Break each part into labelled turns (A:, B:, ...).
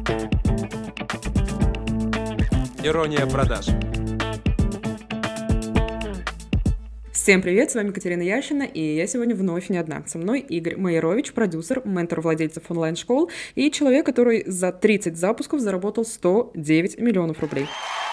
A: Ирония продаж.
B: Всем привет, с вами Катерина Ящина, и я сегодня вновь не одна. Со мной Игорь Майерович, продюсер, ментор владельцев онлайн-школ и человек, который за 30 запусков заработал 109 миллионов рублей.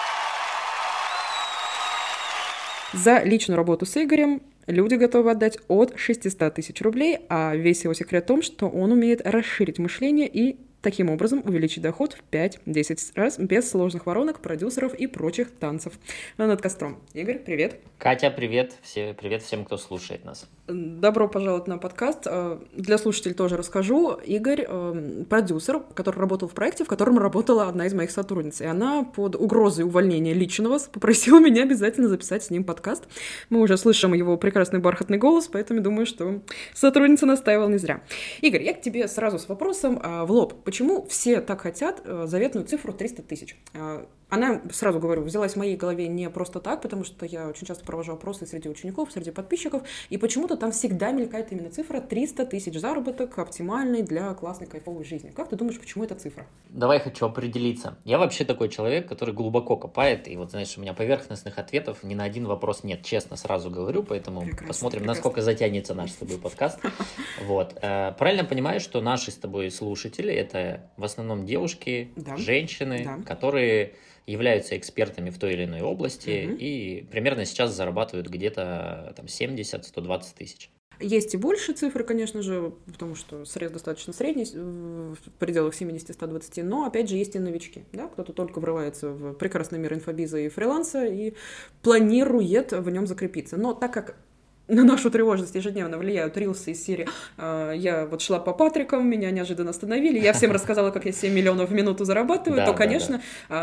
B: За личную работу с Игорем люди готовы отдать от 600 тысяч рублей, а весь его секрет в том, что он умеет расширить мышление и таким образом увеличить доход в 5-10 раз без сложных воронок, продюсеров и прочих танцев. Над костром. Игорь, привет.
C: Катя, привет. Привет всем, кто слушает нас.
B: Добро пожаловать на подкаст. Для слушателей тоже расскажу. Игорь — продюсер, который работал в проекте, в котором работала одна из моих сотрудниц. И она под угрозой увольнения личного попросила меня обязательно записать с ним подкаст. Мы уже слышим его прекрасный бархатный голос, поэтому думаю, что сотрудница настаивала не зря. Игорь, я к тебе сразу с вопросом в лоб. Почему все так хотят заветную цифру 300 тысяч? Она, сразу говорю, взялась в моей голове не просто так, потому что я очень часто провожу опросы среди учеников, среди подписчиков, и почему-то там всегда мелькает именно цифра 300 тысяч заработок, оптимальный для классной кайфовой жизни. Как ты думаешь, почему эта цифра?
C: Давай хочу определиться. Я вообще такой человек, который глубоко копает, и вот, знаешь, у меня поверхностных ответов ни на один вопрос нет, честно сразу говорю, поэтому посмотрим, насколько затянется наш с тобой подкаст. Вот. Правильно понимаю, что наши с тобой слушатели — это в основном девушки, женщины, которые являются экспертами в той или иной области и примерно сейчас зарабатывают где-то там 70-120 тысяч.
B: Есть и больше цифры, конечно же, потому что срез достаточно средний, в пределах 70-120, но, опять же, есть и новички. Да? Кто-то только врывается в прекрасный мир инфобиза и фриланса и планирует в нем закрепиться. Но так как на нашу тревожность ежедневно влияют рилсы из серии «Я вот шла по Патрикам, меня неожиданно остановили, я всем рассказала, как я 7 миллионов в минуту зарабатываю», то, конечно,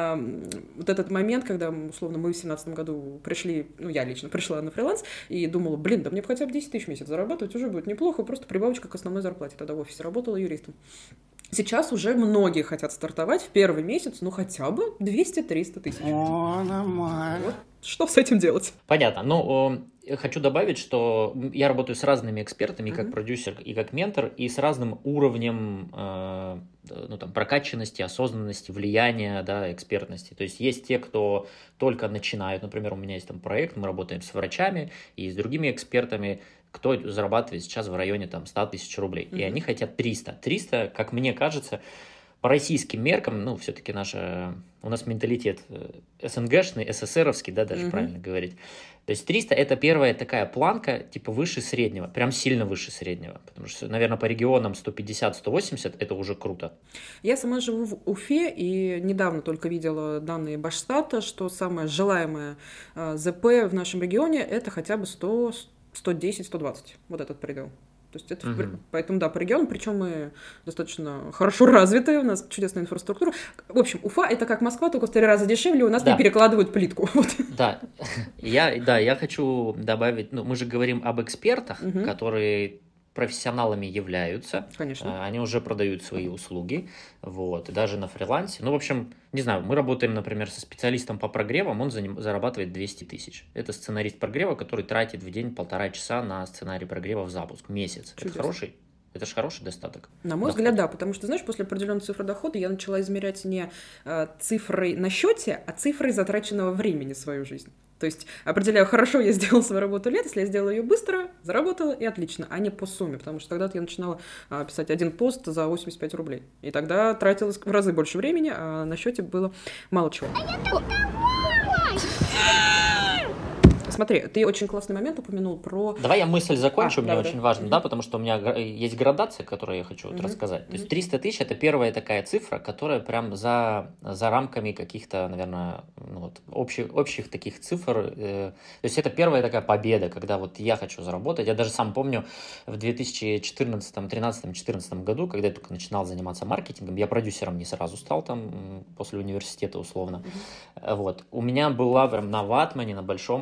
B: вот этот момент, когда, условно, мы в 2017 году пришли, я лично пришла на фриланс и думала, да мне бы хотя бы 10 тысяч в месяц зарабатывать уже будет неплохо, просто прибавочка к основной зарплате. Тогда в офисе работала юристом. Сейчас уже многие хотят стартовать в первый месяц, хотя бы 200-300 тысяч.
D: О, нормально.
B: Вот что с этим делать?
C: Понятно. Хочу добавить, что я работаю с разными экспертами, как продюсер и как ментор, и с разным уровнем прокачанности, осознанности, влияния, экспертности. То есть есть те, кто только начинают. Например, у меня есть там проект, мы работаем с врачами и с другими экспертами, кто зарабатывает сейчас в районе 100 тысяч рублей. И они хотят 300. 300, как мне кажется, по российским меркам, все-таки у нас менталитет СНГшный, СССРовский, даже правильно говорить. То есть 300 – это первая такая планка, выше среднего, прям сильно выше среднего. Потому что, наверное, по регионам 150-180 – это уже круто. Я
B: сама живу в Уфе и недавно только видела данные Башстата, что самое желаемое ЗП в нашем регионе – это хотя бы 100, 110, 120. Вот этот предел. То есть это, поэтому, по региону, причем мы достаточно хорошо развитые, у нас чудесная инфраструктура. В общем, Уфа — это как Москва, только в 3 раза дешевле, у нас не перекладывают плитку. Вот.
C: Да, я хочу добавить, мы же говорим об экспертах, которые профессионалами являются.
B: Конечно.
C: Они уже продают свои услуги, даже на фрилансе. В общем, не знаю, мы работаем, например, со специалистом по прогревам, он зарабатывает 200 тысяч. Это сценарист прогрева, который тратит в день 1,5 часа на сценарий прогрева в запуск, месяц.
B: Чудесно.
C: Это же хороший достаток.
B: На мой взгляд, да, потому что, знаешь, после определенной цифры дохода я начала измерять не цифрой на счете, а цифрой затраченного времени в свою жизнь. То есть определяю, хорошо я сделала свою работу или нет, если я сделала ее быстро, заработала и отлично, а не по сумме, потому что тогда я начинала писать один пост за 85 рублей. И тогда тратилось в разы больше времени, а на счете было мало чего. Смотри, ты очень классный момент упомянул про...
C: Давай я мысль закончу, мне очень важно, потому что у меня есть градация, которую я хочу рассказать. То есть 300 тысяч – это первая такая цифра, которая прям за рамками каких-то, наверное, общих таких цифр. То есть это первая такая победа, когда я хочу заработать. Я даже сам помню в 2013-14 году, когда я только начинал заниматься маркетингом, я продюсером не сразу стал после университета условно. У меня была прям на ватмане, на большом А1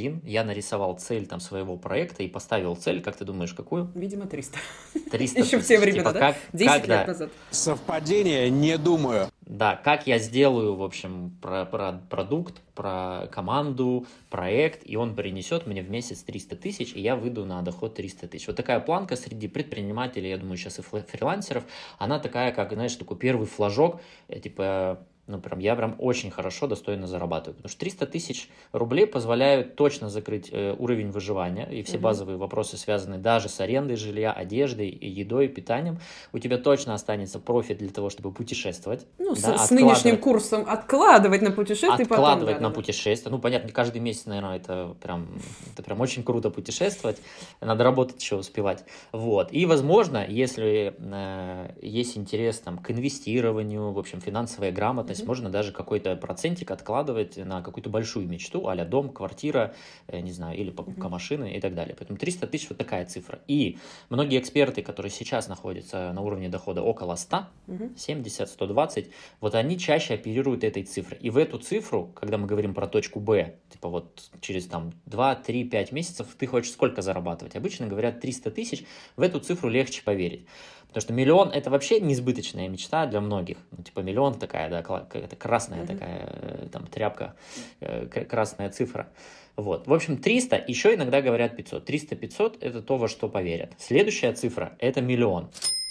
C: один, я нарисовал цель там своего проекта и поставил цель, как ты думаешь, какую?
B: Видимо, 300.
C: 300
B: Еще в те времена,
C: типа,
B: да? 10 лет
C: да.
B: назад.
A: Совпадение? Не думаю.
C: Да, как я сделаю, в общем, про продукт, про команду, проект, и он принесет мне в месяц 300 тысяч, и я выйду на доход 300 тысяч. Вот такая планка среди предпринимателей, я думаю, сейчас и фрилансеров, она такая, как, знаешь, такой первый флажок, типа... Ну, я прям очень хорошо, достойно зарабатываю. Потому что 300 тысяч рублей позволяют точно закрыть уровень выживания и все базовые вопросы, связанные даже с арендой жилья, одеждой, едой, питанием. У тебя точно останется профит для того, чтобы путешествовать.
B: Ну, да, с нынешним курсом откладывать на путешествие.
C: Откладывать
B: потом,
C: на путешествие. Ну, понятно, каждый месяц, наверное, это прям очень круто путешествовать. Надо работать еще успевать. Вот. И, возможно, если есть интерес там, к инвестированию, в общем, финансовая грамотность, можно даже какой-то процентик откладывать на какую-то большую мечту, а-ля дом, квартира, не знаю, или покупка машины и так далее. Поэтому 300 тысяч вот такая цифра. И многие эксперты, которые сейчас находятся на уровне дохода около 100, 70, 120, вот они чаще оперируют этой цифрой. И в эту цифру, когда мы говорим про точку Б, типа вот через там 2, 3, 5 месяцев ты хочешь сколько зарабатывать? Обычно говорят 300 тысяч, в эту цифру легче поверить. Потому что миллион – это вообще несбыточная мечта для многих. Ну, типа миллион такая, да, это красная такая там тряпка, красная цифра. Вот. В общем, 300, еще иногда говорят 500. 300-500 – это то, во что поверят. Следующая цифра – это миллион.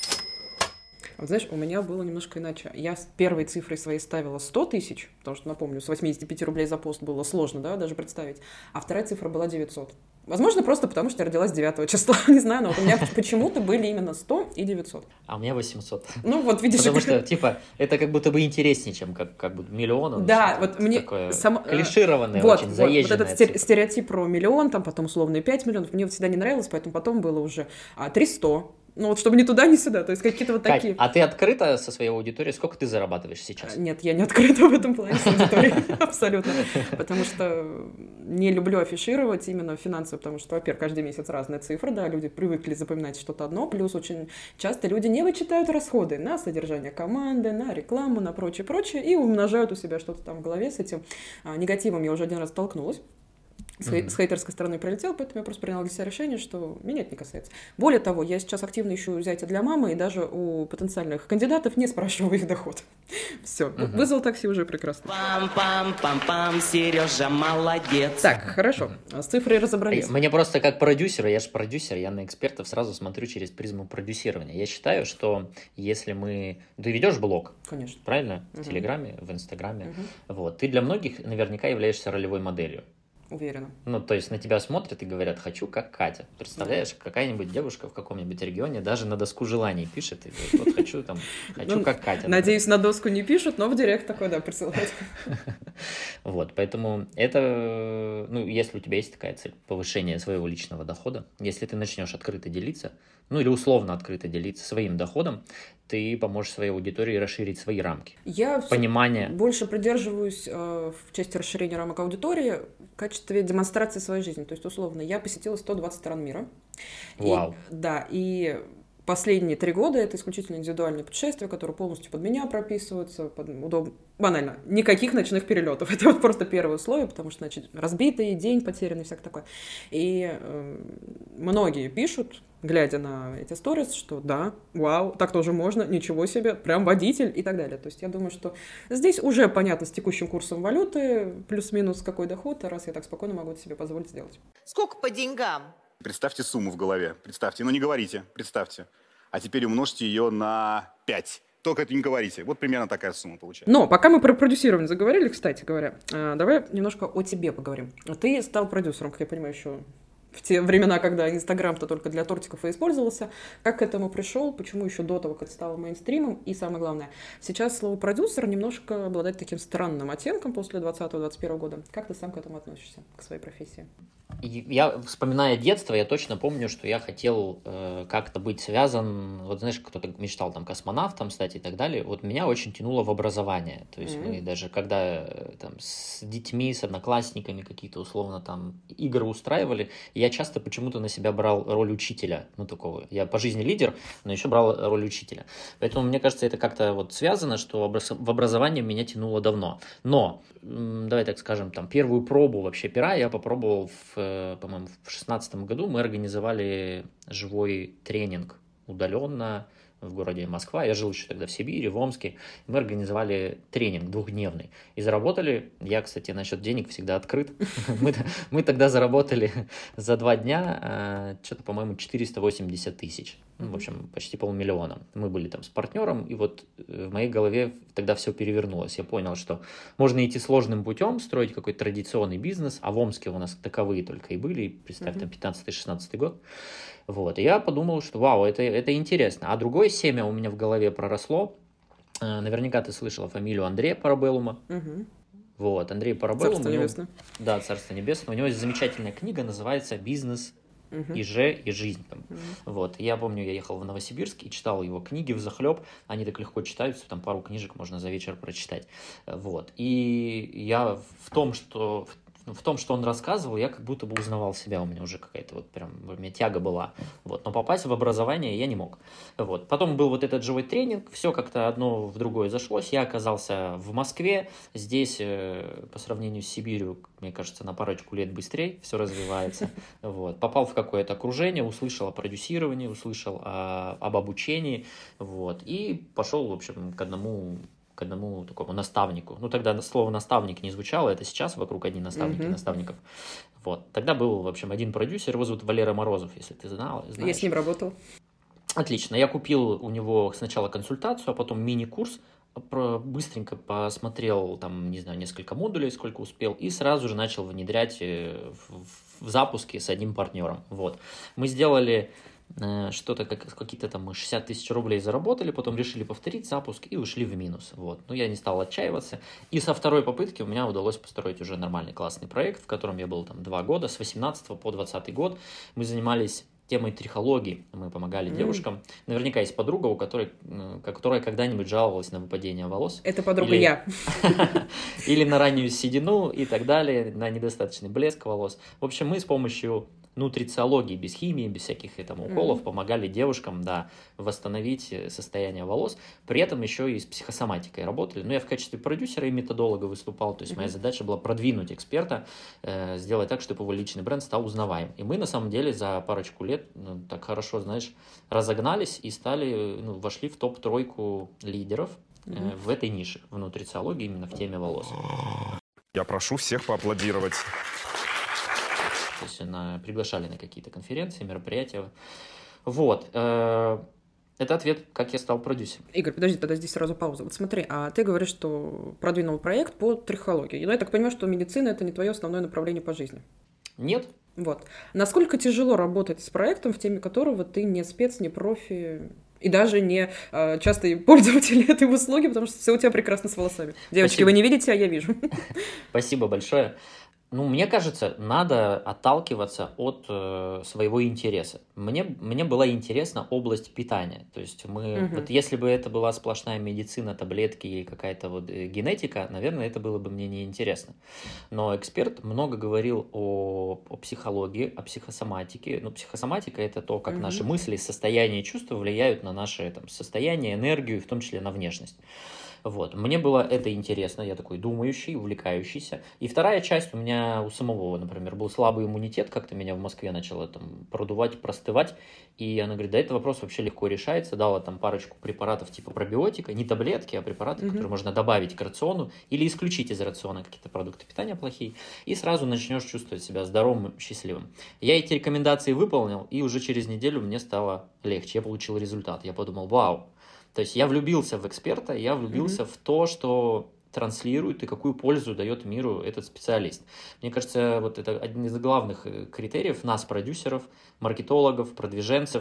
B: Вот знаешь, у меня было немножко иначе. Я с первой цифрой своей ставила 100 тысяч, потому что, напомню, с 85 рублей за пост было сложно, да, даже представить. А вторая цифра была 900. Возможно, просто потому, что я родилась 9 числа, не знаю, но вот у меня почему-то были именно 100 и 900.
C: А у меня 800.
B: Ну вот, видишь.
C: Потому что, типа, это как будто бы интереснее, чем как бы миллион.
B: Да, вот мне...
C: Клишированное, очень заезженное.
B: Вот этот стереотип про миллион, там потом условные 5 миллионов, мне вот всегда не нравилось, поэтому потом было уже 300. Ну вот, чтобы ни туда, ни сюда, то есть какие-то вот
C: Кать,
B: такие.
C: а ты открыта со своей аудиторией? Сколько ты зарабатываешь сейчас?
B: Нет, я не открыта в этом плане с аудиторией, абсолютно. Потому что не люблю афишировать именно финансово, потому что, во-первых, каждый месяц разная цифра, да, люди привыкли запоминать что-то одно, плюс очень часто люди не вычитают расходы на содержание команды, на рекламу, на прочее, и умножают у себя что-то там в голове с этим негативом. Я уже один раз столкнулась. С хейтерской стороны прилетел, поэтому я просто приняла для себя решение, что меня это не касается. Более того, я сейчас активно ищу зятя для мамы, и даже у потенциальных кандидатов не спрашиваю их доход. Все, вызвал такси, уже прекрасно.
D: Пам-пам-пам-пам, Сережа молодец.
B: Так, хорошо, с цифрой разобрались.
C: Мне просто как продюсеру, я же продюсер, я на экспертов сразу смотрю через призму продюсирования. Я считаю, что если мы... Ты ведешь блог?
B: Конечно.
C: Правильно? В Телеграме, в Инстаграме. Вот. Ты для многих наверняка являешься ролевой моделью.
B: Уверена.
C: Ну, то есть на тебя смотрят и говорят: хочу как Катя. Представляешь, какая-нибудь девушка в каком-нибудь регионе даже на доску желаний пишет и говорит: вот хочу там, хочу как Катя.
B: Надеюсь, на доску не пишут, но в директ такой, да, присылают.
C: Вот, поэтому это, ну, если у тебя есть такая цель, повышение своего личного дохода, если ты начнешь открыто делиться, ну, или условно открыто делиться своим доходом, ты поможешь своей аудитории расширить свои рамки.
B: Я
C: понимание.
B: Больше придерживаюсь в части расширения рамок аудитории в качестве демонстрации своей жизни. То есть, условно, я посетила 120 стран мира.
C: Вау.
B: И последние 3 года это исключительно индивидуальные путешествия, которые полностью под меня прописываются, банально, никаких ночных перелетов. Это вот просто первое условие, потому что, значит, разбитый день потерянный, всякое такое. И многие пишут, глядя на эти сторис, что да, вау, так тоже можно, ничего себе, прям водитель и так далее. То есть я думаю, что здесь уже понятно с текущим курсом валюты, плюс-минус какой доход, раз я так спокойно могу это себе позволить сделать.
E: Сколько по деньгам?
F: Представьте сумму в голове, представьте, ну не говорите, представьте. А теперь умножьте ее на 5. Только это не говорите. Вот примерно такая сумма получается.
B: Но пока мы про продюсирование заговорили, кстати говоря, давай немножко о тебе поговорим. Ты стал продюсером, как я понимаю, еще в те времена, когда Инстаграм-то только для тортиков и использовался. Как к этому пришел, почему еще до того, как это стало мейнстримом, и самое главное, сейчас слово «продюсер» немножко обладает таким странным оттенком после 2020-2021 года. Как ты сам к этому относишься, к своей профессии?
C: Я, вспоминая детство, я точно помню, что я хотел как-то быть связан, вот знаешь, кто-то мечтал там космонавтом стать и так далее, вот меня очень тянуло в образование, то есть мы даже когда там с детьми, с одноклассниками какие-то условно там игры устраивали, я я часто почему-то на себя брал роль учителя, ну, такого. Я по жизни лидер, но еще брал роль учителя. Поэтому, мне кажется, это как-то вот связано, что в образование меня тянуло давно. Но, давай так скажем, там, первую пробу вообще пера я попробовал, по-моему, в 2016 году. Мы организовали живой тренинг удаленно в городе Москва. Я жил еще тогда в Сибири, в Омске. Мы организовали тренинг двухдневный. И заработали, я, кстати, насчет денег всегда открыт. Мы тогда заработали за 2 дня что-то, по-моему, 480 тысяч. В общем, почти 500 000. Мы были там с партнером, и вот в моей голове тогда все перевернулось. Я понял, что можно идти сложным путем, строить какой-то традиционный бизнес, а в Омске у нас таковые только и были, представь, там 15-16 год. Вот, и я подумал, что вау, это интересно. А другое семя у меня в голове проросло. Наверняка ты слышала фамилию Андрея Парабеллума. Вот, Андрей Парабеллум.
B: Царство небесное.
C: Да, Царство небесное. У него есть замечательная книга, называется «Бизнес и жизнь». Вот, я помню, я ехал в Новосибирск и читал его книги взахлеб. Они так легко читаются, там пару книжек можно за вечер прочитать. Вот, и я в том, что он рассказывал, я как будто бы узнавал себя, у меня уже какая-то вот прям, у меня тяга была, вот, но попасть в образование я не мог, вот, потом был вот этот живой тренинг, все как-то одно в другое зашлось, я оказался в Москве, здесь, по сравнению с Сибирью, мне кажется, на парочку лет быстрее все развивается, вот, попал в какое-то окружение, услышал о продюсировании, услышал об обучении, вот, и пошел, в общем, к одному такому наставнику. Ну, тогда слово «наставник» не звучало, это сейчас вокруг одни наставники наставников. Вот. Тогда был, в общем, один продюсер, его зовут Валера Морозов, если ты знаешь.
B: Я с ним работал.
C: Отлично. Я купил у него сначала консультацию, а потом мини-курс, быстренько посмотрел, там, не знаю, несколько модулей, сколько успел, и сразу же начал внедрять в запуске с одним партнером. Вот. Мы сделали что-то, какие-то там мы 60 тысяч рублей заработали, потом решили повторить запуск и ушли в минус. Вот. Но я не стал отчаиваться. И со второй попытки у меня удалось построить уже нормальный классный проект, в котором я был там 2 года, с 18 по 20 год. Мы занимались темой трихологии. Мы помогали девушкам. Наверняка есть подруга, которая когда-нибудь жаловалась на выпадение волос.
B: Это подруга я.
C: Или на раннюю седину и так далее, на недостаточный блеск волос. В общем, мы с помощью нутрициологии, без химии, без всяких там уколов, помогали девушкам, да, восстановить состояние волос. При этом еще и с психосоматикой работали. Но я в качестве продюсера и методолога выступал. То есть моя задача была продвинуть эксперта, сделать так, чтобы его личный бренд стал узнаваем. И мы на самом деле за парочку лет так хорошо, знаешь, разогнались и вошли в топ-3 лидеров в этой нише, в нутрициологии, именно в теме волос.
E: Я прошу всех поаплодировать.
C: То есть приглашали на какие-то конференции, мероприятия. Вот. Это ответ, как я стал продюсером.
B: Игорь, подожди, тогда здесь сразу пауза. Вот смотри, а ты говоришь, что продвинул проект по трихологии. Но я так понимаю, что медицина – это не твое основное направление по жизни.
C: Нет.
B: Вот. Насколько тяжело работать с проектом, в теме которого ты не спец, не профи и даже не частый пользователь этой услуги, потому что все у тебя прекрасно с волосами. Девочки,
C: Спасибо.
B: Вы не видите, а я вижу.
C: Спасибо большое. Мне кажется, надо отталкиваться от своего интереса. Мне была интересна область питания. То есть вот если бы это была сплошная медицина, таблетки и какая-то вот генетика, наверное, это было бы мне неинтересно. Но эксперт много говорил о психологии, о психосоматике. Психосоматика – это то, как наши мысли, состояние и чувства влияют на наше состояние, энергию, в том числе на внешность. Вот. Мне было это интересно, я такой думающий, увлекающийся. И вторая часть у меня у самого, например, был слабый иммунитет, как-то меня в Москве начало продувать, простывать. И она говорит, да, этот вопрос вообще легко решается. Дала там парочку препаратов типа пробиотика, не таблетки, а препараты, которые можно добавить к рациону или исключить из рациона какие-то продукты питания плохие. И сразу начнешь чувствовать себя здоровым, счастливым. Я эти рекомендации выполнил, и уже через неделю мне стало легче. Я получил результат. Я подумал, вау. То есть я влюбился в эксперта, я влюбился в то, что транслирует и какую пользу дает миру этот специалист. Мне кажется, вот это один из главных критериев нас, продюсеров, маркетологов, продвиженцев,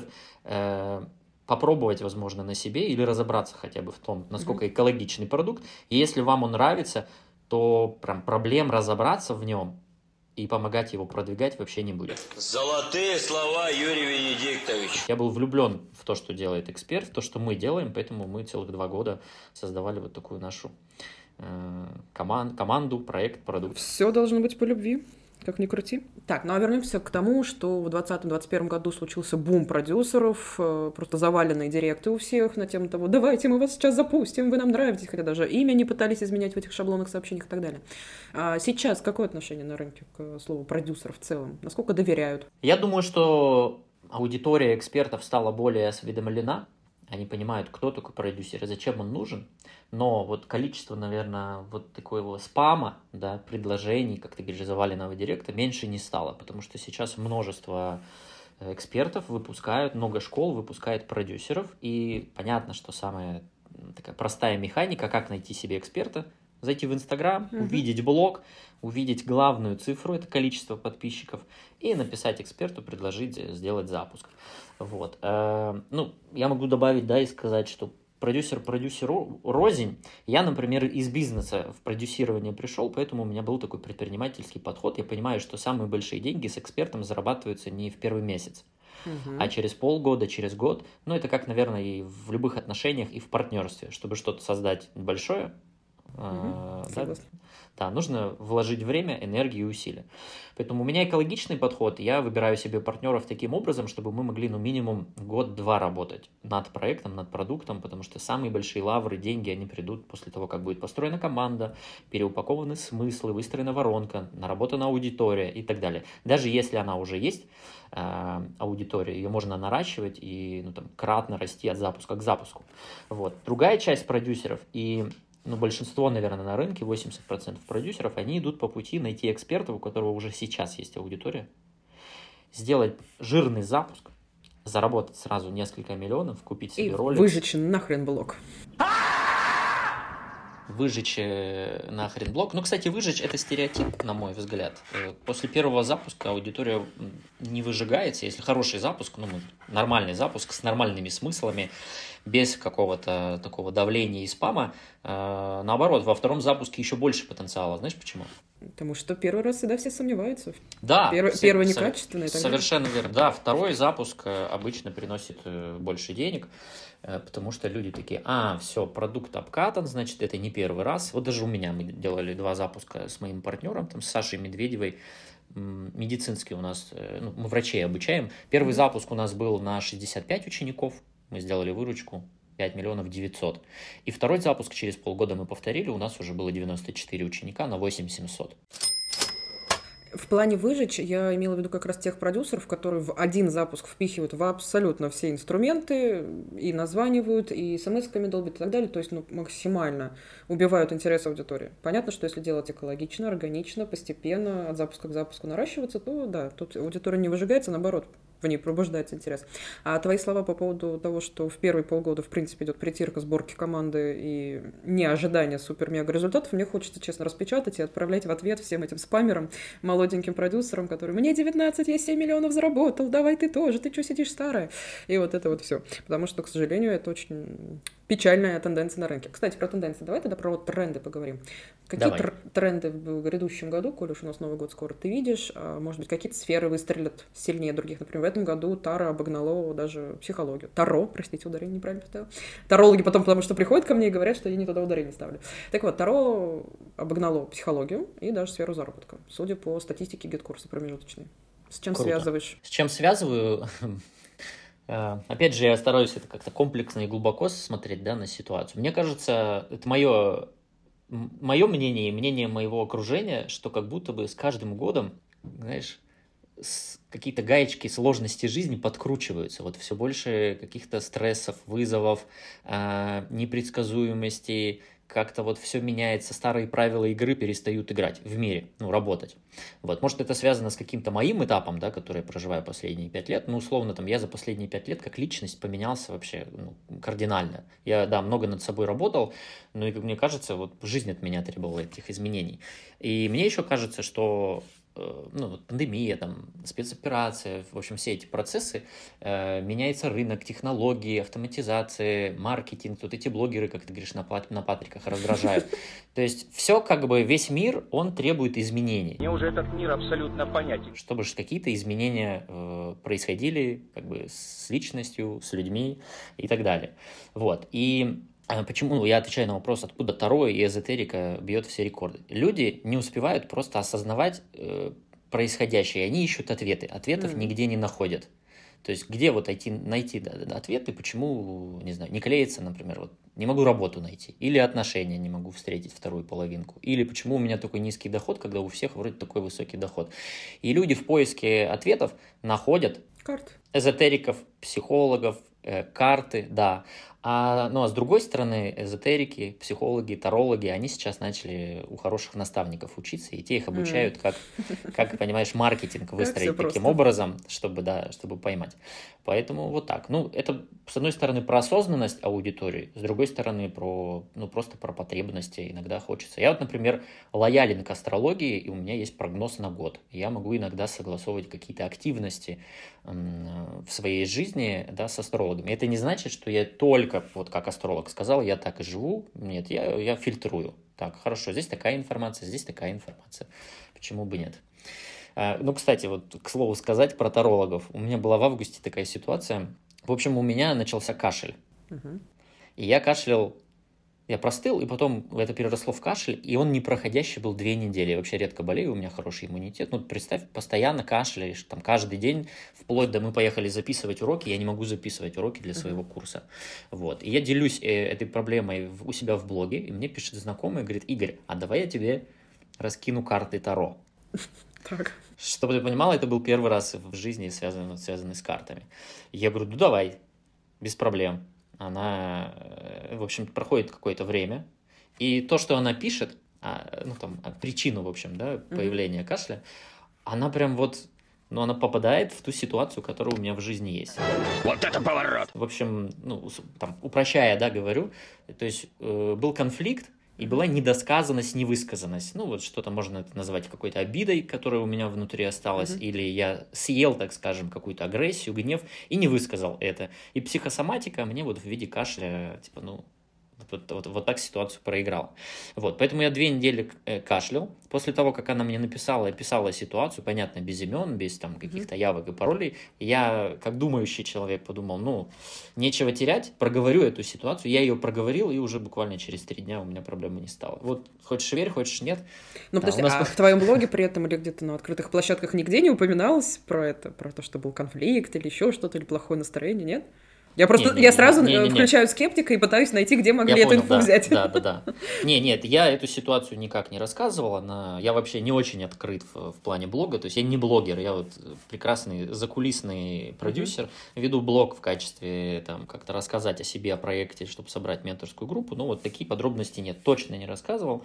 C: попробовать, возможно, на себе или разобраться хотя бы в том, насколько экологичный продукт. И если вам он нравится, то прям проблем разобраться в нем и помогать его продвигать вообще не будет.
G: Золотые слова, Юрий Венедиктович.
C: Я был влюблен в то, что делает эксперт, в то, что мы делаем, поэтому мы целых 2 года создавали вот такую нашу команду, проект, продукт.
B: Все должно быть по любви. как ни крути. Так, ну а вернемся к тому, что в 2020-2021 году случился бум продюсеров, просто заваленные директы у всех на тему того, давайте мы вас сейчас запустим, вы нам нравитесь, хотя даже имя не пытались изменять в этих шаблонных сообщениях и так далее. А сейчас какое отношение на рынке к слову продюсеров в целом? Насколько доверяют?
C: Я думаю, что аудитория экспертов стала более осведомлена. Они понимают, кто такой продюсер и зачем он нужен. Но вот количество, наверное, вот такого спама, да, предложений, как ты говоришь, заваленного директа, меньше не стало. Потому что сейчас множество экспертов выпускают, много школ выпускает продюсеров. И понятно, что самая такая простая механика, как найти себе эксперта, зайти в Инстаграм, увидеть блог, увидеть главную цифру, это количество подписчиков, и написать эксперту, предложить сделать запуск. Вот. Ну, я могу добавить, да, и сказать, что продюсер продюсеру рознь. Я, например, из бизнеса в продюсирование пришел, поэтому у меня был такой предпринимательский подход. Я понимаю, что самые большие деньги с экспертом зарабатываются не в первый месяц, а через полгода, через год. Ну, это как, наверное, и в любых отношениях, и в партнерстве. Чтобы что-то создать большое, да, нужно вложить время, энергию и усилия. Поэтому у меня экологичный подход. Я выбираю себе партнеров таким образом, чтобы мы могли, ну, минимум год-два работать над проектом, над продуктом, потому что самые большие лавры, деньги, они придут после того, как будет построена команда, переупакованы смыслы, выстроена воронка, наработана аудитория и так далее. Даже если она уже есть, аудитория, ее можно наращивать и, ну, там, кратно расти от запуска к запуску. Вот. Другая часть продюсеров и большинство, наверное, на рынке, 80% продюсеров, они идут по пути найти эксперта, у которого уже сейчас есть аудитория, сделать жирный запуск, заработать сразу несколько миллионов, купить себе ролик.
B: И выжечь нахрен блог.
C: Выжечь нахрен блог. Ну, кстати, выжечь – это стереотип, на мой взгляд. После первого запуска аудитория не выжигается. Если хороший запуск, нормальный запуск с нормальными смыслами, без какого-то такого давления и спама, наоборот, во втором запуске еще больше потенциала. Знаешь почему?
B: Потому что первый раз всегда все сомневаются.
C: Да.
B: Первый некачественный.
C: Совершенно верно. Да, второй запуск обычно приносит больше денег, потому что люди такие, все, продукт обкатан, значит, это не первый раз. Вот даже у меня мы делали 2 запуска с моим партнером, там, с Сашей Медведевой, медицинский у нас, мы врачей обучаем. Первый запуск у нас был на 65 учеников, мы сделали выручку 5 миллионов 900. И второй запуск через полгода мы повторили, у нас уже было 94 ученика на 8 700.
B: В плане выжечь я имела в виду как раз тех продюсеров, которые в один запуск впихивают в абсолютно все инструменты, и названивают, и смс-ками долбят и так далее, то есть максимально убивают интерес аудитории. Понятно, что если делать экологично, органично, постепенно, от запуска к запуску наращиваться, то да, тут аудитория не выжигается, наоборот, в ней пробуждается интерес. А твои слова по поводу того, что в первые полгода, в принципе, идет притирка сборки команды и не ожидание супер-мега результатов, мне хочется, честно, распечатать и отправлять в ответ всем этим спамерам, молоденьким продюсерам, которые «Мне 19, я 7 миллионов заработал, давай ты тоже, ты что сидишь старая?» И вот это вот все. Потому что, к сожалению, это очень печальная тенденция на рынке. Кстати, про тенденции. Давай тогда про тренды поговорим. Какие тренды в грядущем году, коль уж у нас Новый год скоро, ты видишь? Может быть, какие-то сферы выстрелят сильнее других? Например, в этом году Таро обогнало даже психологию. Таро, простите, ударение неправильно поставила. Тарологи потом, потому что приходят ко мне и говорят, что я не туда ударение ставлю. Так вот, Таро обогнало психологию и даже сферу заработка, судя по статистике гид-курса промежуточной. С чем связываешь?
C: С чем связываю? Опять же, я стараюсь это как-то комплексно и глубоко смотреть, да, на ситуацию. Мне кажется, это мое мнение и мнение моего окружения, что как будто бы с каждым годом, знаешь, какие-то гаечки сложности жизни подкручиваются. Вот все больше каких-то стрессов, вызовов, непредсказуемости, как-то вот все меняется, старые правила игры перестают играть в мире, работать. Вот. Может, это связано с каким-то моим этапом, да, который я проживаю последние 5 лет. Условно, там, я за последние 5 лет как личность поменялся вообще кардинально. Я, да, много над собой работал, но, и, как мне кажется, вот жизнь от меня требовала этих изменений. И мне еще кажется, что пандемия, там, спецоперация, в общем, все эти процессы, меняется рынок, технологии, автоматизация, маркетинг, вот эти блогеры, как ты говоришь, на Патриках раздражают. То есть все, как бы, весь мир, он требует изменений.
H: Мне уже этот мир абсолютно понятен.
C: Чтобы какие-то изменения происходили, как бы, с личностью, с людьми и так далее. Вот, и почему я отвечаю на вопрос, откуда Таро и эзотерика бьет все рекорды. Люди не успевают просто осознавать происходящее, и они ищут ответы. Ответов нигде не находят. То есть где вот найти ответы, почему, не знаю, не клеится, например, вот не могу работу найти, или отношения не могу встретить вторую половинку, или почему у меня такой низкий доход, когда у всех вроде такой высокий доход. И люди в поиске ответов находят эзотериков, психологов, карты, да. А с другой стороны, эзотерики, психологи, тарологи, они сейчас начали у хороших наставников учиться, и те их обучают, как понимаешь, маркетинг выстроить таким образом, чтобы поймать. Поэтому вот так. Это, с одной стороны, про осознанность аудитории, с другой стороны, просто про потребности иногда хочется. Я вот, например, лоялен к астрологии, и у меня есть прогноз на год. Я могу иногда согласовывать какие-то активности в своей жизни, да, с астрологами. Это не значит, что я только, вот как астролог сказал, я так и живу. Нет, я фильтрую. Так, хорошо, здесь такая информация, здесь такая информация. Почему бы нет? Кстати, вот к слову сказать про тарологов. У меня была в августе такая ситуация. В общем, у меня начался кашель. И я кашлял, я простыл, и потом это переросло в кашель, и он непроходящий был 2 недели. Я вообще редко болею, у меня хороший иммунитет. Представь, постоянно кашляешь, там, каждый день, вплоть до мы поехали записывать уроки, я не могу записывать уроки для своего курса. Вот. И я делюсь этой проблемой у себя в блоге, и мне пишет знакомый, говорит: Игорь, а давай я тебе раскину карты Таро.
B: Так.
C: Чтобы ты понимал, это был первый раз в жизни, связанный с картами. Я говорю: давай, без проблем. Она, в общем, проходит какое-то время, и то, что она пишет, причину, в общем, да, появления кашля, она прям она попадает в ту ситуацию, которая у меня в жизни есть.
G: Вот это поворот!
C: В общем, упрощая, да, говорю, то есть был конфликт, и была недосказанность, невысказанность. Что-то можно это назвать какой-то обидой, которая у меня внутри осталась, или я съел, так скажем, какую-то агрессию, гнев, и не высказал это. И психосоматика мне в виде кашля, вот так ситуацию проиграл. Поэтому я 2 недели кашлял. После того, как она мне описала ситуацию, понятно, без имен, без каких-то явок и паролей, я, как думающий человек, подумал, нечего терять, проговорю эту ситуацию. Я ее проговорил, и уже буквально через 3 дня у меня проблемы не стало. Хочешь верь, хочешь нет.
B: Подожди, в твоем блоге при этом или где-то на открытых площадках нигде не упоминалось про то, что был конфликт или еще что-то, или плохое настроение, нет? Я сразу включаю скептика и пытаюсь найти, где могли эту инфу взять.
C: Да. Нет, я эту ситуацию никак не рассказывал. Я вообще не очень открыт в плане блога. То есть я не блогер, я прекрасный закулисный продюсер. Веду блог в качестве как-то рассказать о себе, о проекте, чтобы собрать менторскую группу. Но такие подробности нет, точно не рассказывал.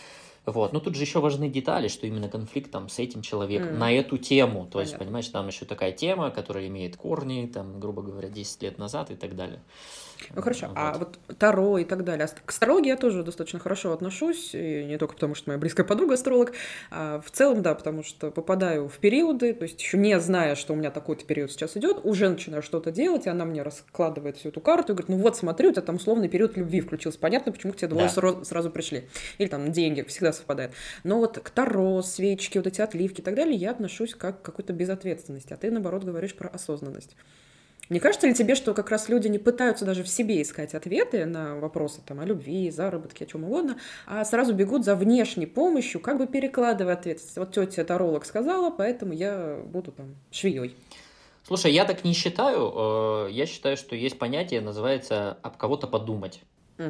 C: Но тут же еще важны детали, что именно конфликт с этим человеком на эту тему. То есть, понимаешь, там еще такая тема, которая имеет корни, грубо говоря, 10 лет назад и так далее.
B: Хорошо, а Таро и так далее. К астрологии я тоже достаточно хорошо отношусь, и не только потому, что моя близкая подруга астролог, а в целом, да, потому что попадаю в периоды, то есть еще не зная, что у меня такой-то период сейчас идет, уже начинаю что-то делать, и она мне раскладывает всю эту карту и говорит: смотри, у тебя там условный период любви включился, понятно, почему к тебе двое сразу пришли. Или деньги, всегда совпадает. Но к Таро, свечки, эти отливки и так далее я отношусь как к какой-то безответственности, а ты, наоборот, говоришь про осознанность. Не кажется ли тебе, что как раз люди не пытаются даже в себе искать ответы на вопросы о любви, заработке, о чем угодно, а сразу бегут за внешней помощью, как бы перекладывая ответственность? Тетя таролог сказала, поэтому я буду швеей.
C: Слушай, я так не считаю. Я считаю, что есть понятие, называется «об кого-то подумать».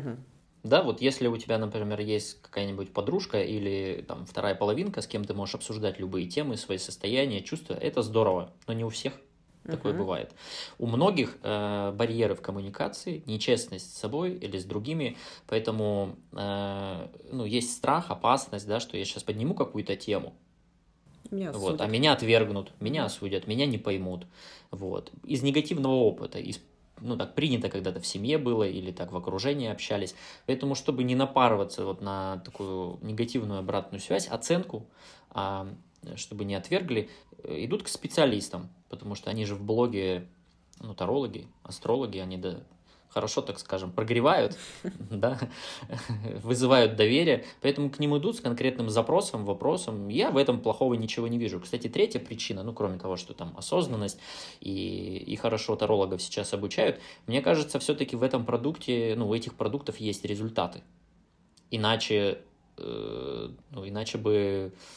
C: Да, если у тебя, например, есть какая-нибудь подружка или вторая половинка, с кем ты можешь обсуждать любые темы, свои состояния, чувства, это здорово, но не у всех. Такое бывает. У многих барьеры в коммуникации, нечестность с собой или с другими, поэтому есть страх, опасность, да, что я сейчас подниму какую-то тему, а меня отвергнут, меня осудят, меня не поймут. Из негативного опыта, так принято когда-то в семье было или так в окружении общались. Поэтому, чтобы не напарываться на такую негативную обратную связь, оценку, чтобы не отвергли, идут к специалистам, потому что они же в блоге, тарологи, астрологи, они хорошо, так скажем, прогревают, да, вызывают доверие, поэтому к ним идут с конкретным запросом, вопросом. Я в этом плохого ничего не вижу. Кстати, третья причина, кроме того, что осознанность и хорошо тарологов сейчас обучают, мне кажется, все-таки в этом продукте, у этих продуктов есть результаты. Иначе бы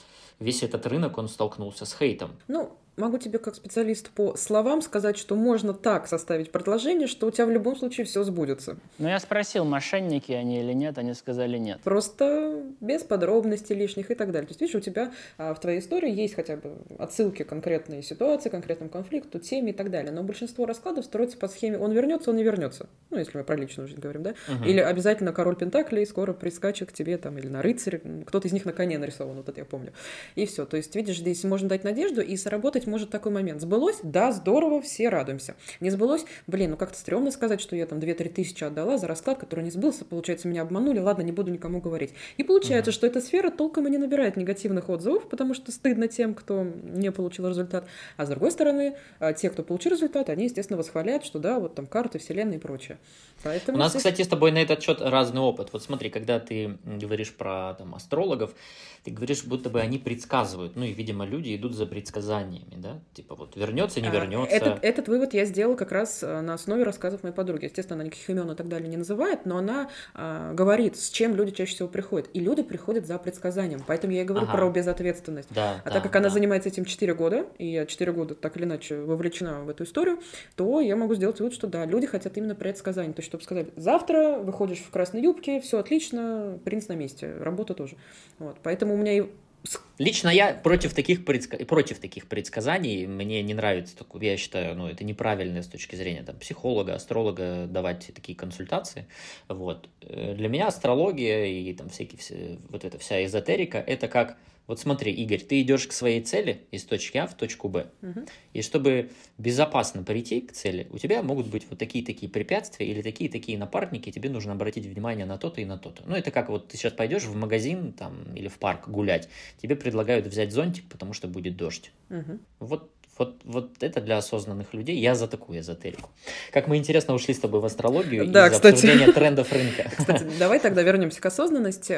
C: весь этот рынок, он столкнулся с хейтом.
B: Ну, могу тебе как специалист по словам сказать, что можно так составить предложение, что у тебя в любом случае все сбудется.
I: Но я спросил, мошенники они или нет, они сказали нет.
B: Просто без подробностей лишних и так далее. То есть, видишь, у тебя в твоей истории есть хотя бы отсылки к конкретной ситуации, конкретному конфликту, теме и так далее. Но большинство раскладов строится по схеме «он вернется, он не вернется». Ну, если мы про личную жизнь говорим, да? Или обязательно король Пентаклей скоро прискачет к тебе, там, или на рыцаре. Кто-то из них на коне нарисован, вот это я помню. И все. То есть, видишь, здесь можно дать надежду и сработать может такой момент. Сбылось? Да, здорово, все радуемся. Не сбылось? Блин, ну как-то стрёмно сказать, что я там 2-3 тысячи отдала за расклад, который не сбылся. Получается, меня обманули. Ладно, не буду никому говорить. И получается, что эта сфера толком и не набирает негативных отзывов, потому что стыдно тем, кто не получил результат. А с другой стороны, те, кто получил результат, они, естественно, восхваляют, что да, вот там карты, вселенная и прочее. Поэтому
C: у нас,
B: здесь...
C: кстати, с тобой на этот счет разный опыт. Вот смотри, когда ты говоришь про там, астрологов, ты говоришь, будто бы они предсказывают. Ну и, видимо, люди идут за предсказаниями, да? Типа вот вернется, не вернется.
B: Этот вывод я сделала как раз на основе рассказов моей подруги. Естественно, она никаких имен и так далее не называет, но она говорит, с чем люди чаще всего приходят. И люди приходят за предсказанием. Поэтому я и говорю про безответственность.
C: Да,
B: так как она занимается этим 4 года, и я 4 года так или иначе вовлечена в эту историю, то я могу сделать вывод, что да, люди хотят именно предсказаний. То есть, чтобы сказать, завтра выходишь в красной юбке, все отлично, принц на месте, работа тоже. Вот. Поэтому у меня и
C: лично я против таких предсказаний. Мне не нравится, я считаю, это неправильно с точки зрения там, психолога, астролога давать такие консультации. Вот. Для меня астрология и там вот эта вся эзотерика, это как, вот смотри, Игорь, ты идешь к своей цели из точки А в точку Б. И чтобы безопасно прийти к цели, у тебя могут быть вот такие-такие препятствия или такие-такие напарники, тебе нужно обратить внимание на то-то и на то-то. Ну, это как вот ты сейчас пойдешь в магазин там, или в парк гулять, тебе предлагают взять зонтик, потому что будет дождь. Вот это для осознанных людей. Я за такую эзотерику. Как мы интересно ушли с тобой в астрологию из-за обсуждения трендов рынка.
B: Кстати, давай тогда вернемся к осознанности.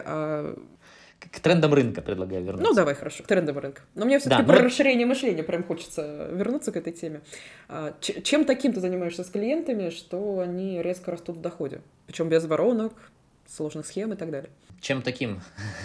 C: К трендам рынка предлагаю вернуться.
B: Ну, давай, хорошо, к трендам рынка. Но мне все-таки про расширение мышления прям хочется вернуться к этой теме. Чем таким ты занимаешься с клиентами, что они резко растут в доходе? Причем без воронок, сложных схем и так далее.
C: Чем таким?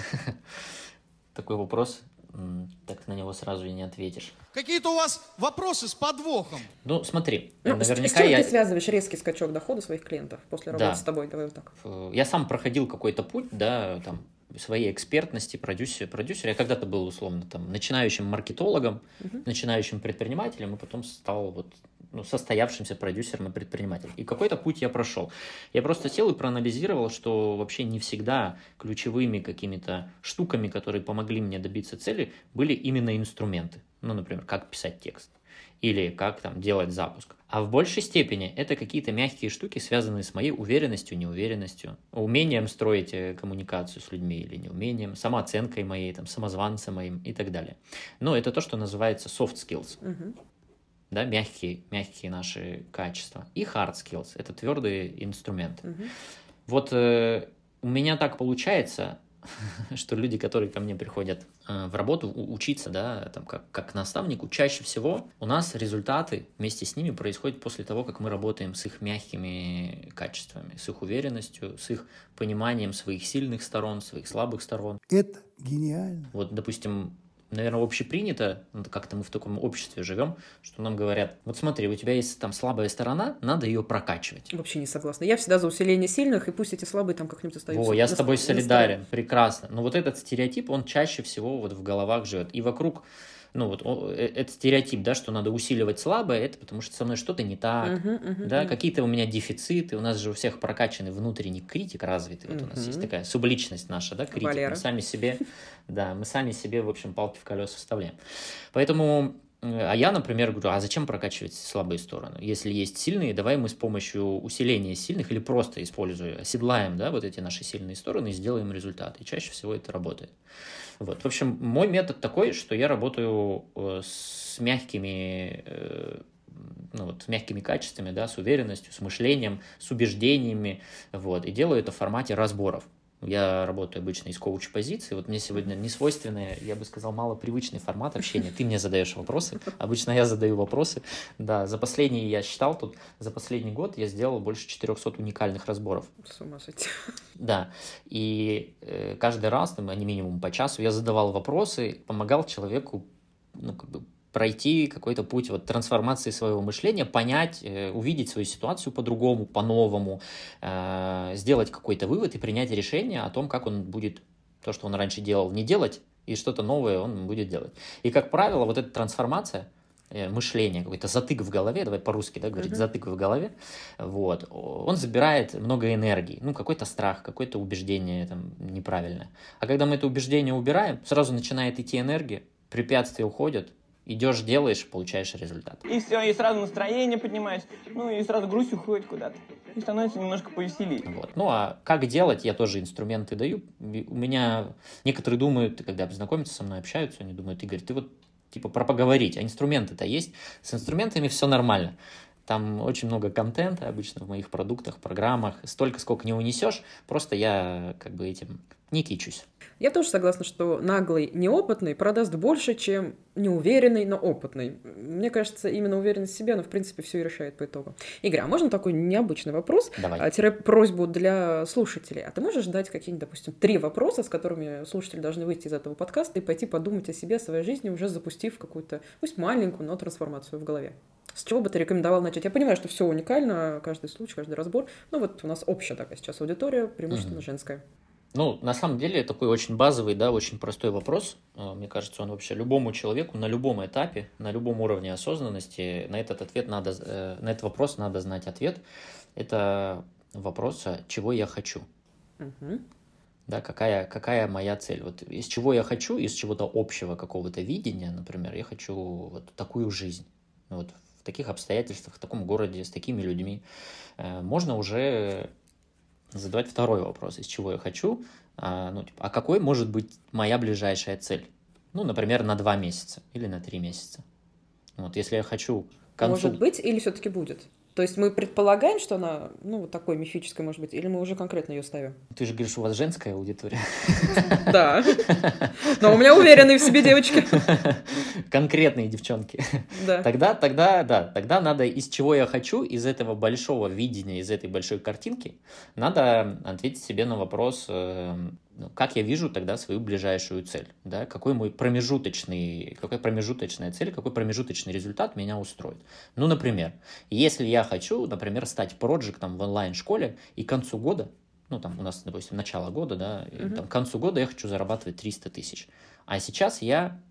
C: Такой вопрос, так ты на него сразу и не ответишь.
J: Какие-то у вас вопросы с подвохом.
C: Ну, смотри,
B: наверняка с чем ты связываешь резкий скачок дохода своих клиентов после работы с тобой? Давай вот так.
C: Я сам проходил какой-то путь, да, там, своей экспертности, продюсера. Я когда-то был, условно, там, начинающим маркетологом, начинающим предпринимателем, и потом стал состоявшимся продюсером и предпринимателем. И какой-то путь я прошел. Я просто сел и проанализировал, что вообще не всегда ключевыми какими-то штуками, которые помогли мне добиться цели, были именно инструменты. Ну, например, как писать текст. Или как там делать запуск. А в большей степени это какие-то мягкие штуки, связанные с моей уверенностью, неуверенностью, умением строить коммуникацию с людьми или неумением, самооценкой моей, там, самозванцем моим и так далее. Но это то, что называется soft skills. Да, мягкие наши качества. И hard skills – это твердые инструменты. Вот у меня так получается, что люди, которые ко мне приходят в работу учиться, да, там, как наставнику, чаще всего у нас результаты вместе с ними происходят после того, как мы работаем с их мягкими качествами, с их уверенностью, с их пониманием своих сильных сторон, своих слабых сторон.
J: Это гениально.
C: Вот, допустим, наверное, общепринято, как-то мы в таком обществе живем, что нам говорят, вот смотри, у тебя есть там слабая сторона, надо ее прокачивать.
B: Вообще не согласна. Я всегда за усиление сильных, и пусть эти слабые там как-нибудь остаются.
C: Я с тобой солидарен, прекрасно. Но вот этот стереотип, он чаще всего вот в головах живет. И вокруг, этот стереотип, да, что надо усиливать слабое, это потому что со мной что-то не так, какие-то у меня дефициты, у нас же у всех прокачанный внутренний критик развитый, вот у нас есть такая субличность наша, да, критик,
B: Валера.
C: мы сами себе, в общем, палки в колеса вставляем. Поэтому, а я, например, говорю, а зачем прокачивать слабые стороны? Если есть сильные, давай мы с помощью усиления сильных или просто оседлаем, да, вот эти наши сильные стороны и сделаем результат. И чаще всего это работает. Вот. В общем, мой метод такой, что я работаю с мягкими качествами, да, с уверенностью, с мышлением, с убеждениями, вот, и делаю это в формате разборов. Я работаю обычно из коуч-позиции. Вот мне сегодня не свойственный, я бы сказал, малопривычный формат общения. Ты мне задаешь вопросы, обычно я задаю вопросы. Да, я считал тут, за последний год я сделал больше 400 уникальных разборов.
B: С ума сойти.
C: Да, и каждый раз, там, они минимум по часу, я задавал вопросы, помогал человеку, пройти какой-то путь вот трансформации своего мышления, понять, увидеть свою ситуацию по-другому, по-новому, сделать какой-то вывод и принять решение о том, как он будет то, что он раньше делал, не делать, и что-то новое он будет делать. И, как правило, вот эта трансформация мышления, какой-то затык в голове, давай по-русски, да, говорить, затык в голове, вот, он забирает много энергии, какой-то страх, какое-то убеждение там неправильное. А когда мы это убеждение убираем, сразу начинает идти энергия, препятствия уходят, идешь, делаешь, получаешь результат.
K: И все, и сразу настроение поднимаешь, и сразу грусть уходит куда-то. И становится немножко повеселее.
C: Вот. А как делать, я тоже инструменты даю. У меня некоторые думают, когда знакомятся со мной, общаются, они думают: Игорь, ты вот про поговорить, а инструменты-то есть? С инструментами все нормально. Там очень много контента обычно в моих продуктах, программах. Столько, сколько не унесешь, просто я этим не кичусь.
B: Я тоже согласна, что наглый, неопытный продаст больше, чем неуверенный, но опытный. Мне кажется, именно уверенность в себе, она, в принципе, все и решает по итогу. Игорь, а можно такой необычный вопрос?
C: Давай.
B: Просьбу для слушателей. А ты можешь дать какие-нибудь, допустим, 3 вопроса, с которыми слушатели должны выйти из этого подкаста и пойти подумать о себе, о своей жизни, уже запустив какую-то, пусть маленькую, но трансформацию в голове? С чего бы ты рекомендовал начать? Я понимаю, что все уникально, каждый случай, каждый разбор. Но вот у нас общая такая сейчас аудитория, преимущественно женская.
C: На самом деле, такой очень базовый, да, очень простой вопрос. Мне кажется, он вообще любому человеку на любом этапе, на любом уровне осознанности на этот вопрос надо знать ответ. Это вопрос, чего я хочу. Да, какая моя цель? Вот из чего я хочу, из чего-то общего какого-то видения, например, я хочу вот такую жизнь. Вот в таких обстоятельствах, в таком городе, с такими людьми. Можно уже задавать второй вопрос, из чего я хочу, а какой может быть моя ближайшая цель? Например, на 2 месяца или на 3 месяца. Вот, если я хочу к концу...
B: Может быть или все-таки будет? То есть мы предполагаем, что она, вот такой мифической может быть, или мы уже конкретно ее ставим?
C: Ты же говоришь, у вас женская аудитория.
B: Да. Но у меня уверенные в себе девочки.
C: Конкретные девчонки.
B: Да.
C: Тогда надо из чего я хочу, из этого большого видения, из этой большой картинки, надо ответить себе на вопрос, как я вижу тогда свою ближайшую цель, да? Какая промежуточная цель, какой промежуточный результат меня устроит. Например, если я хочу, стать проектом в онлайн-школе, и к концу года, у нас, допустим, начало года, да, к концу года я хочу зарабатывать 300 тысяч, а сейчас я,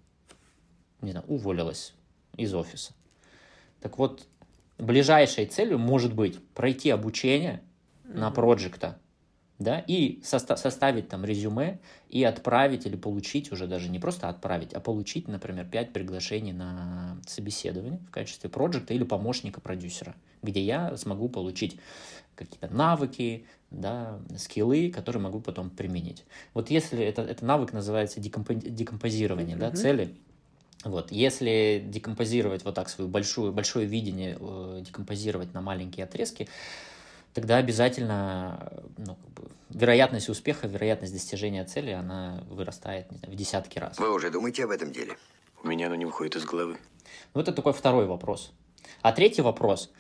C: уволилась из офиса. Так вот, ближайшей целью может быть пройти обучение на проекта, да, и составить резюме и отправить или получить, уже даже не просто отправить, а получить, например, 5 приглашений на собеседование в качестве проекта или помощника продюсера, где я смогу получить какие-то навыки, да, скиллы, которые могу потом применить. Вот если это навык называется декомпозирование, да, цели. Вот, если декомпозировать вот так свое большое видение, декомпозировать на маленькие отрезки, тогда обязательно вероятность успеха, вероятность достижения цели, она вырастает в десятки раз.
L: Вы уже думаете об этом деле? У меня оно не выходит из головы.
C: Это такой второй вопрос. А третий вопрос.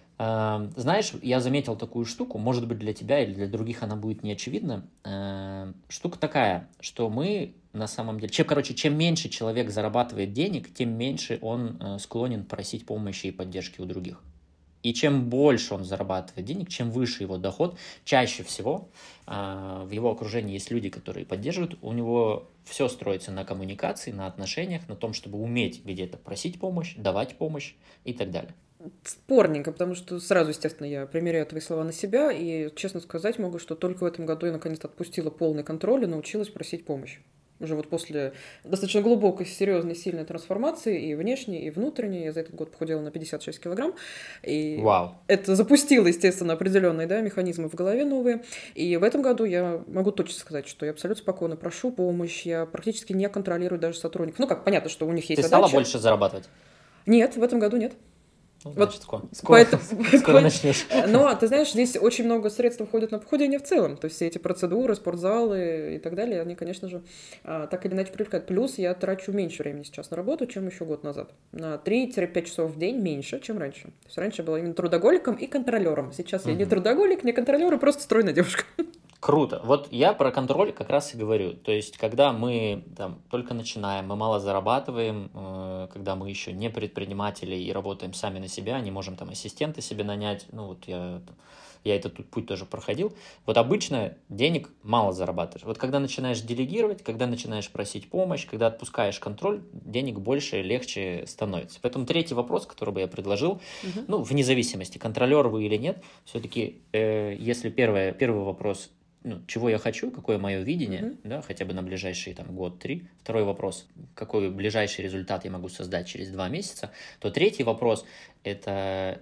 C: Знаешь, я заметил такую штуку, может быть, для тебя или для других она будет не очевидна. Штука такая, что мы на самом деле... Чем меньше человек зарабатывает денег, тем меньше он склонен просить помощи и поддержки у других. И чем больше он зарабатывает денег, чем выше его доход, чаще всего в его окружении есть люди, которые поддерживают. У него все строится на коммуникации, на отношениях, на том, чтобы уметь где-то просить помощь, давать помощь и так далее.
B: Спорненько, потому что сразу, естественно, я примеряю твои слова на себя, и, честно сказать, могу, что только в этом году я наконец-то отпустила полный контроль и научилась просить помощь. Уже вот после достаточно глубокой, серьезной, сильной трансформации и внешней, и внутренней. Я за этот год похудела на 56 килограмм. И
C: Вау.
B: Это запустило, естественно, определенные, да, механизмы в голове новые. И в этом году я могу точно сказать, что я абсолютно спокойно прошу помощь. Я практически не контролирую даже сотрудников. Понятно, что у них есть
C: Ты
B: задача.
C: стала больше зарабатывать?
B: Нет, в этом году нет.
C: Ну,
B: Вот
C: значит, скоро начнешь.
B: Но, ты знаешь, здесь очень много средств уходит на похудение в целом. То есть все эти процедуры, спортзалы и так далее, они, конечно же, так или иначе привлекают. Плюс я трачу меньше времени сейчас на работу, чем еще год назад. На 3-5 часов в день меньше, чем раньше. То есть раньше я была именно трудоголиком и контролером. Сейчас я не трудоголик, не контролер, а просто стройная девушка.
C: Круто. Вот я про контроль как раз и говорю. То есть, когда мы там только начинаем, мы мало зарабатываем, когда мы еще не предприниматели и работаем сами на себя, не можем там ассистента себе нанять. Ну, вот я этот тут путь тоже проходил. Вот обычно денег мало зарабатываешь. Вот когда начинаешь делегировать, когда начинаешь просить помощь, когда отпускаешь контроль, денег больше, легче становится. Поэтому третий вопрос, который бы я предложил, ну, вне зависимости, контролер вы или нет, все-таки, если первый вопрос, ну, чего я хочу, какое мое видение, да, хотя бы на ближайший там, год-три. Второй вопрос, какой ближайший результат я могу создать через 2 месяца. То третий вопрос, это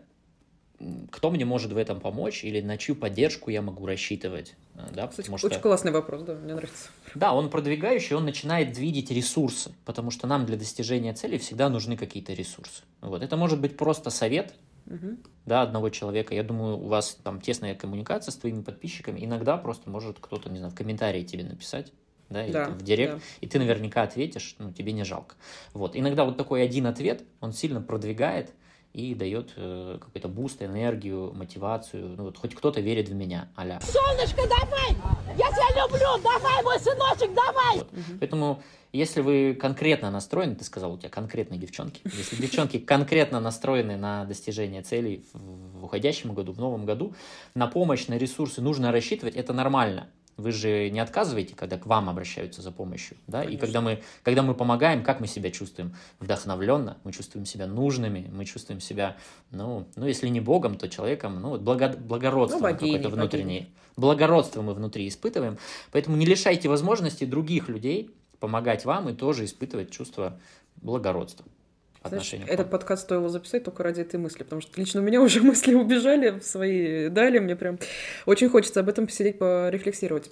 C: кто мне может в этом помочь или на чью поддержку я могу рассчитывать. Да,
B: кстати, очень классный вопрос, да, мне нравится.
C: Да, он продвигающий, он начинает видеть ресурсы, потому что нам для достижения цели всегда нужны какие-то ресурсы. Вот. Это может быть просто совет, да, одного человека. Я думаю, у вас там тесная коммуникация с твоими подписчиками. Иногда просто может кто-то, не знаю, в комментарии тебе написать, да, или там в директ, и ты наверняка ответишь, ну, тебе не жалко. Вот. Иногда вот такой один ответ, он сильно продвигает и дает какой-то буст, энергию, мотивацию. Ну, вот хоть кто-то верит в меня, а-ля.
M: Солнышко, давай! Я тебя люблю! Давай, мой сыночек, давай!
C: Вот. Поэтому, если вы конкретно настроены, ты сказал, у тебя конкретные девчонки, если девчонки конкретно настроены на достижение целей в уходящем году, в новом году, на помощь, на ресурсы нужно рассчитывать, это нормально. Вы же не отказываете, когда к вам обращаются за помощью, да? И когда мы помогаем, как мы себя чувствуем? Вдохновленно, мы чувствуем себя нужными, мы чувствуем себя, ну если не Богом, то человеком, ну, вот благородство какое-то внутреннее. Благородство мы внутри испытываем, поэтому не лишайте возможности других людей помогать вам и тоже испытывать чувство благородства.
B: Знаешь, этот подкаст стоило записать только ради этой мысли, потому что лично у меня уже мысли убежали в свои дали, мне прям очень хочется об этом посидеть, порефлексировать.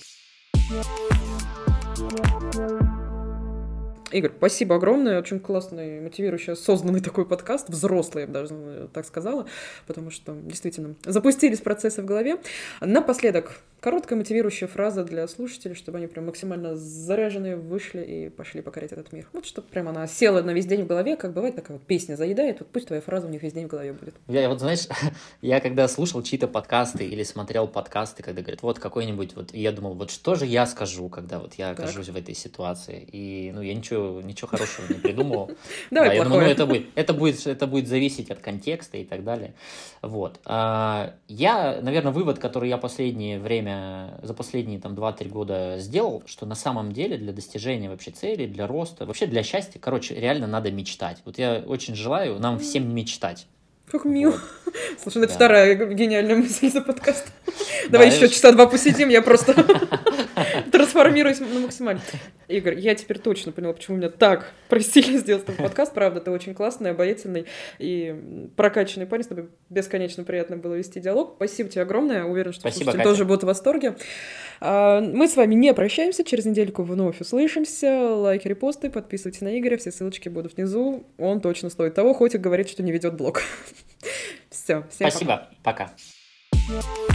B: Игорь, спасибо огромное, очень классный, мотивирующий, осознанный такой подкаст, взрослый, я бы даже так сказала, потому что действительно запустились процессы в голове. Напоследок, короткая мотивирующая фраза для слушателей, чтобы они прям максимально заряженные вышли и пошли покорять этот мир. Вот чтобы прям она села на весь день в голове, как бывает такая вот песня заедает, вот пусть твоя фраза у них весь день в голове будет.
C: Я вот, знаешь, я когда слушал чьи-то подкасты или смотрел подкасты, когда говорят, вот какой-нибудь, вот, и я думал, вот что же я скажу, когда вот я окажусь в этой ситуации, и, ну, я ничего хорошего не придумывал.
B: Давай плохое.
C: Я думаю, это будет зависеть от контекста и так далее. Вот. Я, наверное, вывод, который я за последние там 2-3 года сделал, что на самом деле для достижения вообще цели, для роста, вообще для счастья, короче, реально надо мечтать. Вот я очень желаю нам всем мечтать.
B: Как мило. Вот. Слушай, это вторая гениальная мысль за подкаст. Давай еще часа 2 посидим, я просто трансформируюсь на максимально. Игорь, я теперь точно поняла, почему меня так просили сделать этот подкаст. Правда, ты очень классный, обаятельный и прокачанный парень. С тобой бесконечно приятно было вести диалог. Спасибо тебе огромное. Уверен, что слушатели тоже будут в восторге. Мы с вами не прощаемся. Через недельку вновь услышимся. Лайки, репосты, подписывайтесь на Игоря. Все ссылочки будут внизу. Он точно стоит того, хоть и говорит, что не ведет блог. Все, всем
C: спасибо. Пока.